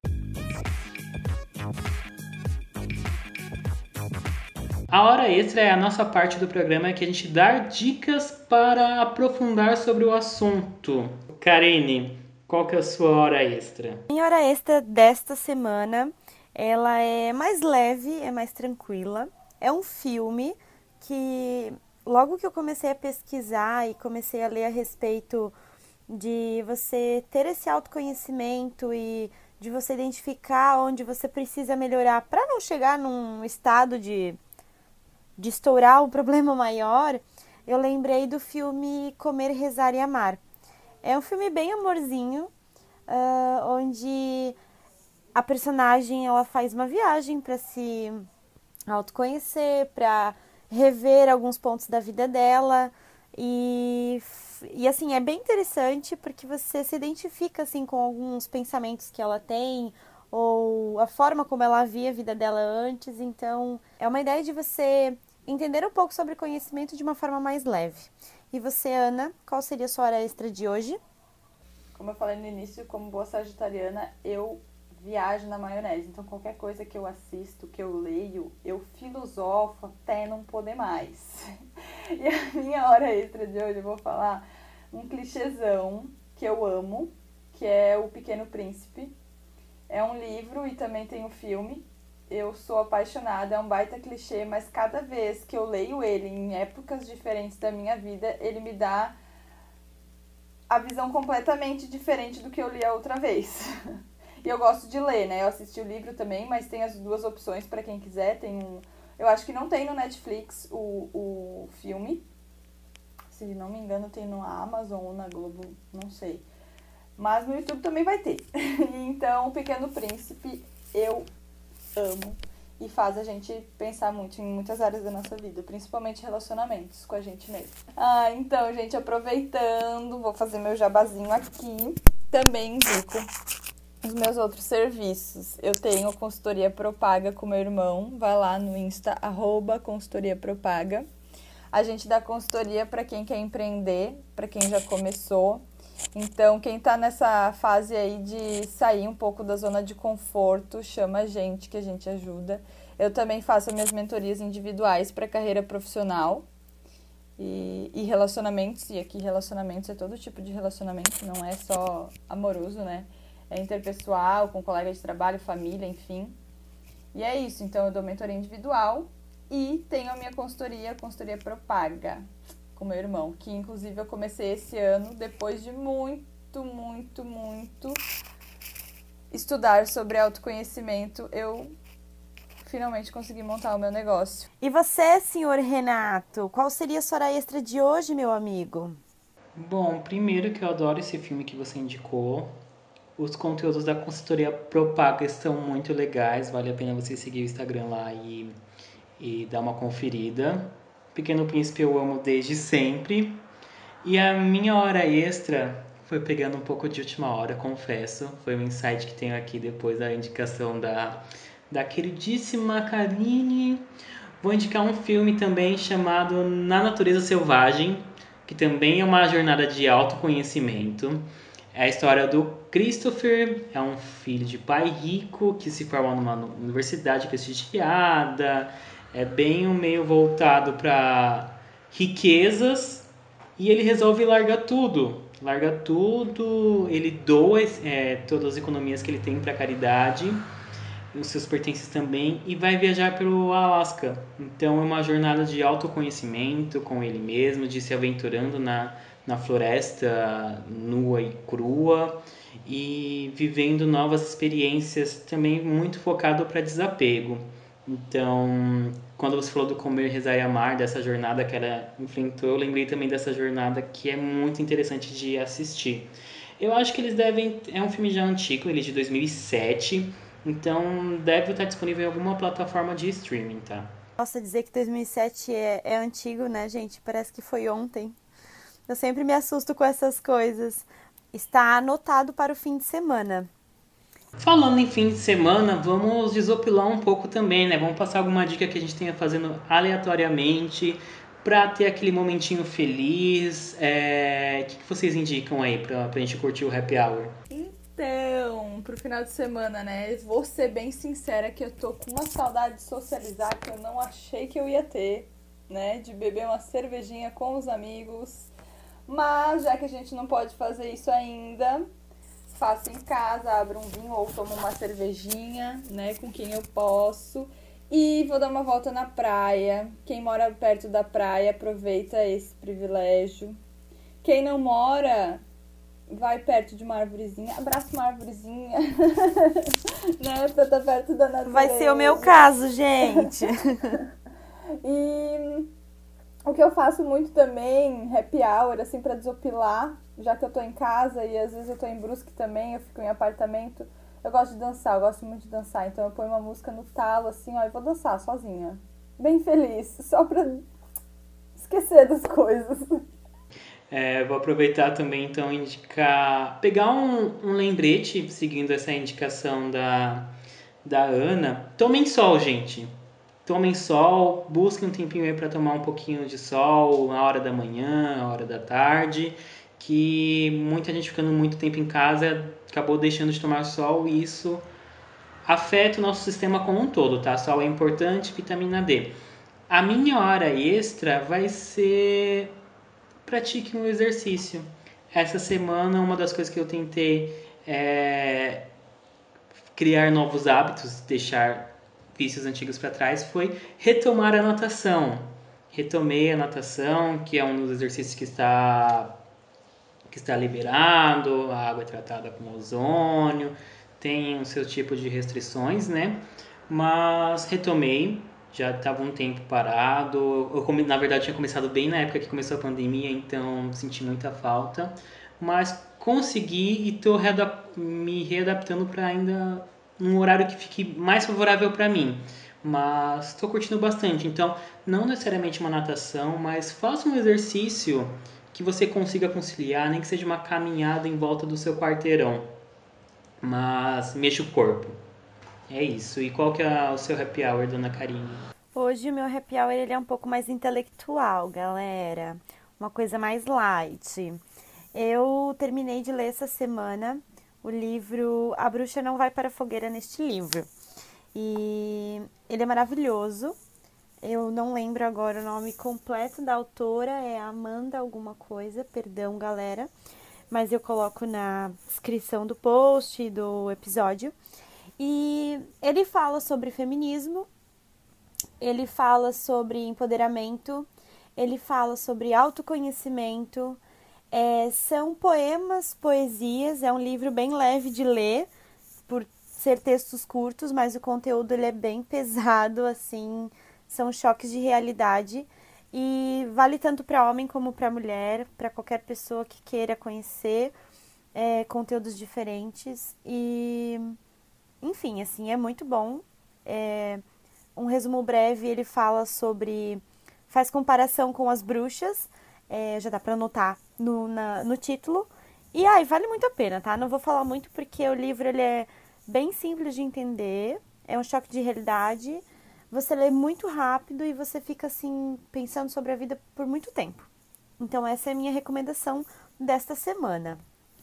S2: A hora extra é a nossa parte do programa que a gente dá dicas para aprofundar sobre o assunto. Karine, qual que é a sua hora extra?
S3: Minha hora extra desta semana, ela é mais leve, é mais tranquila. É um filme que, logo que eu comecei a pesquisar e comecei a ler a respeito de você ter esse autoconhecimento e de você identificar onde você precisa melhorar para não chegar num estado de estourar um problema maior, eu lembrei do filme Comer, Rezar e Amar. É um filme bem amorzinho, onde a personagem ela faz uma viagem para se autoconhecer, para rever alguns pontos da vida dela. E assim, é bem interessante porque você se identifica assim, com alguns pensamentos que ela tem ou a forma como ela via a vida dela antes. Então, é uma ideia de você entender um pouco sobre conhecimento de uma forma mais leve. E você, Ana, qual seria a sua hora extra de hoje?
S4: Como eu falei no início, como boa sagitariana, eu viajo na maionese. Então, qualquer coisa que eu assisto, que eu leio, eu filosofo até não poder mais. E a minha hora extra de hoje, eu vou falar um clichêzão que eu amo, que é O Pequeno Príncipe. É um livro e também tem um filme. Eu sou apaixonada, é um baita clichê, mas cada vez que eu leio ele em épocas diferentes da minha vida, ele me dá a visão completamente diferente do que eu li a outra vez. E eu gosto de ler, né? Eu assisti o livro também, mas tem as duas opções para quem quiser. Tem um... Eu acho que não tem no Netflix o filme. Se não me engano, tem no Amazon ou na Globo, não sei. Mas no YouTube também vai ter. Então, O Pequeno Príncipe, eu amo. E faz a gente pensar muito em muitas áreas da nossa vida, principalmente relacionamentos com a gente mesmo. Então, gente, aproveitando, vou fazer meu jabazinho aqui. Também indico os meus outros serviços. Eu tenho consultoria Propaga com meu irmão. Vai lá no Insta, @consultoriapropaga. A gente dá consultoria para quem quer empreender, para quem já começou. Então, quem tá nessa fase aí de sair um pouco da zona de conforto, chama a gente que a gente ajuda. Eu também faço minhas mentorias individuais para carreira profissional e relacionamentos. E aqui relacionamentos é todo tipo de relacionamento, não é só amoroso, né? É interpessoal, com colega de trabalho, família, enfim. E é isso, então eu dou mentoria individual e tenho a minha consultoria Propaga, com meu irmão, que inclusive eu comecei esse ano depois de muito estudar sobre autoconhecimento, eu finalmente consegui montar o meu negócio.
S3: E você, senhor Renato, qual seria a sua hora extra de hoje, meu amigo?
S2: Bom, primeiro que eu adoro esse filme que você indicou. Os conteúdos da consultoria Propaga estão muito legais, vale a pena você seguir o Instagram lá e dar uma conferida. Pequeno Príncipe eu amo desde sempre. E a minha hora extra foi pegando um pouco de última hora, confesso. Foi um insight que tenho aqui depois da indicação da queridíssima Karine. Vou indicar um filme também chamado Na Natureza Selvagem, que também é uma jornada de autoconhecimento. É a história do Christopher, é um filho de pai rico que se forma numa universidade prestigiada. É bem um meio voltado para riquezas e ele resolve largar tudo. Ele doa todas as economias que ele tem para caridade, os seus pertences também, e vai viajar pelo Alasca. Então é uma jornada de autoconhecimento com ele mesmo, de se aventurando na na floresta nua e crua e vivendo novas experiências, também muito focado para desapego. Então, quando você falou do Comer, Rezar e Amar, dessa jornada que ela enfrentou, eu lembrei também dessa jornada que é muito interessante de assistir. Eu acho que eles devem... É um filme já antigo, ele é de 2007, então deve estar disponível em alguma plataforma de streaming, tá?
S3: Nossa, dizer que 2007 é antigo, né, gente? Parece que foi ontem. Eu sempre me assusto com essas coisas. Está anotado para o fim de semana.
S2: Falando em fim de semana, vamos desopilar um pouco também, né? Vamos passar alguma dica que a gente tenha fazendo aleatoriamente para ter aquele momentinho feliz. O que vocês indicam aí pra gente curtir o happy hour?
S4: Então, pro final de semana, né? Vou ser bem sincera que eu tô com uma saudade de socializar que eu não achei que eu ia ter, né? De beber uma cervejinha com os amigos. Mas, já que a gente não pode fazer isso ainda, faço em casa, abro um vinho ou tomo uma cervejinha, né? Com quem eu posso. E vou dar uma volta na praia. Quem mora perto da praia, aproveita esse privilégio. Quem não mora... vai perto de uma arvorezinha, abraça uma arvorezinha, né, pra estar perto da natureza.
S3: Vai ser o meu caso, gente.
S4: E o que eu faço muito também, happy hour, assim, pra desopilar, já que eu tô em casa e às vezes eu tô em Brusque também, eu fico em apartamento, eu gosto de dançar, eu gosto muito de dançar, então eu ponho uma música no talo, assim, ó, e vou dançar sozinha, bem feliz, só pra esquecer das coisas.
S2: Vou aproveitar também, então, pegar um lembrete, seguindo essa indicação da Ana. Tomem sol, gente. Tomem sol, busquem um tempinho aí para tomar um pouquinho de sol, na hora da manhã, na hora da tarde, que muita gente ficando muito tempo em casa acabou deixando de tomar sol e isso afeta o nosso sistema como um todo, tá? Sol é importante, vitamina D. A minha hora extra vai ser... pratique um exercício. Essa semana, uma das coisas que eu tentei é criar novos hábitos, deixar vícios antigos para trás, foi retomar a natação. Retomei a natação, que é um dos exercícios que está liberado, a água é tratada com ozônio, tem o seu tipo de restrições, né? Mas retomei. Já estava um tempo parado. Eu, na verdade, tinha começado bem na época que começou a pandemia, então senti muita falta. Mas consegui e estou me readaptando para ainda um horário que fique mais favorável para mim. Mas estou curtindo bastante. Então, não necessariamente uma natação, mas faça um exercício que você consiga conciliar, nem que seja uma caminhada em volta do seu quarteirão. Mas mexa o corpo. É isso. E qual que é o seu happy hour, dona Karine?
S3: Hoje o meu happy hour ele é um pouco mais intelectual, galera. Uma coisa mais light. Eu terminei de ler essa semana o livro A Bruxa Não Vai para a Fogueira neste livro. E ele é maravilhoso. Eu não lembro agora o nome completo da autora, é Amanda alguma coisa, perdão, galera. Mas eu coloco na descrição do post do episódio. E ele fala sobre feminismo, ele fala sobre empoderamento, ele fala sobre autoconhecimento. São poemas, poesias, é um livro bem leve de ler, por ser textos curtos, mas o conteúdo ele é bem pesado, assim, são choques de realidade. E vale tanto para homem como para mulher, para qualquer pessoa que queira conhecer conteúdos diferentes. E, enfim, assim, é muito bom. Um resumo breve, ele fala sobre... faz comparação com as bruxas, já dá para anotar no título. E vale muito a pena, tá? Não vou falar muito porque o livro ele é bem simples de entender, é um choque de realidade. Você lê muito rápido e você fica assim, pensando sobre a vida por muito tempo. Então essa é a minha recomendação desta semana.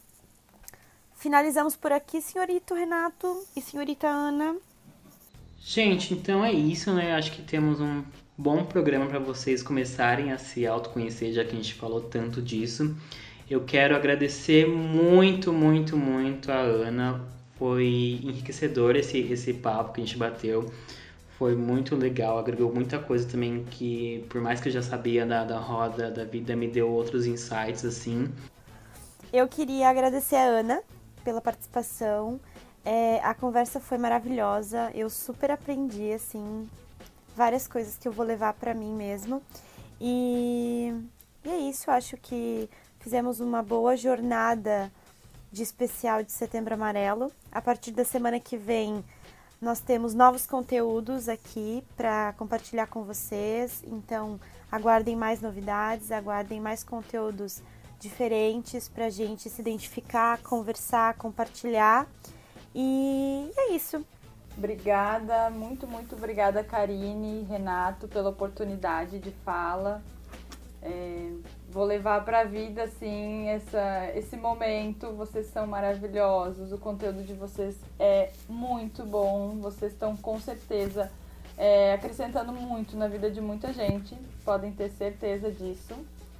S3: Finalizamos por aqui, senhorito Renato e senhorita Ana.
S2: Gente, então é isso, né? Acho que temos um bom programa para vocês começarem a se autoconhecer, já que a gente falou tanto disso. Eu quero agradecer muito, muito, muito a Ana. Foi enriquecedor esse papo que a gente bateu. Foi muito legal, agregou muita coisa também que, por mais que eu já sabia da roda da vida, me deu outros insights, assim.
S3: Eu queria agradecer a Ana pela participação. A conversa foi maravilhosa, eu super aprendi, assim, várias coisas que eu vou levar pra mim mesmo. E é isso, acho que fizemos uma boa jornada de especial de Setembro Amarelo. A partir da semana que vem, nós temos novos conteúdos aqui para compartilhar com vocês. Então, aguardem mais novidades, aguardem mais conteúdos diferentes pra gente se identificar, conversar, compartilhar. E é isso.
S4: Obrigada, muito, muito obrigada, Karine e Renato, pela oportunidade de fala. Vou levar pra vida, assim, esse momento. Vocês são maravilhosos, o conteúdo de vocês é muito bom. Vocês estão, com certeza, acrescentando muito na vida de muita gente. Podem ter certeza disso.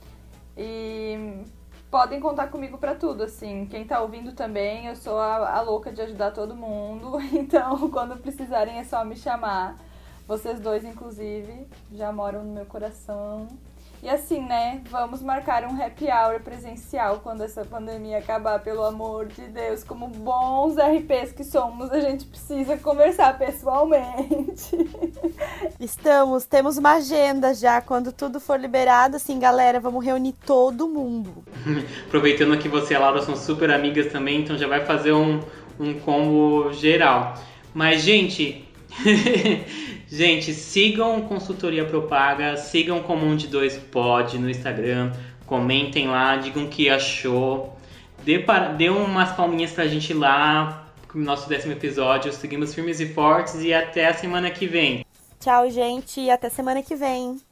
S4: E podem contar comigo pra tudo, assim. Quem tá ouvindo também, eu sou a louca de ajudar todo mundo. Então, quando precisarem, é só me chamar. Vocês dois, inclusive, já moram no meu coração. E assim, né, vamos marcar um happy hour presencial quando essa pandemia acabar, pelo amor de Deus. Como bons RPs que somos, a gente precisa conversar pessoalmente.
S3: Temos uma agenda já, quando tudo for liberado, assim, galera, vamos reunir todo mundo.
S2: Aproveitando que você e a Laura são super amigas também, então já vai fazer um combo geral. Mas, gente... Gente, sigam Consultoria Propaga, sigam Comum de Dois Pod no Instagram, comentem lá, digam o que achou, dê umas palminhas pra gente lá no nosso 10º episódio. Seguimos firmes e fortes e até a semana que vem.
S3: Tchau, gente, e até semana que vem.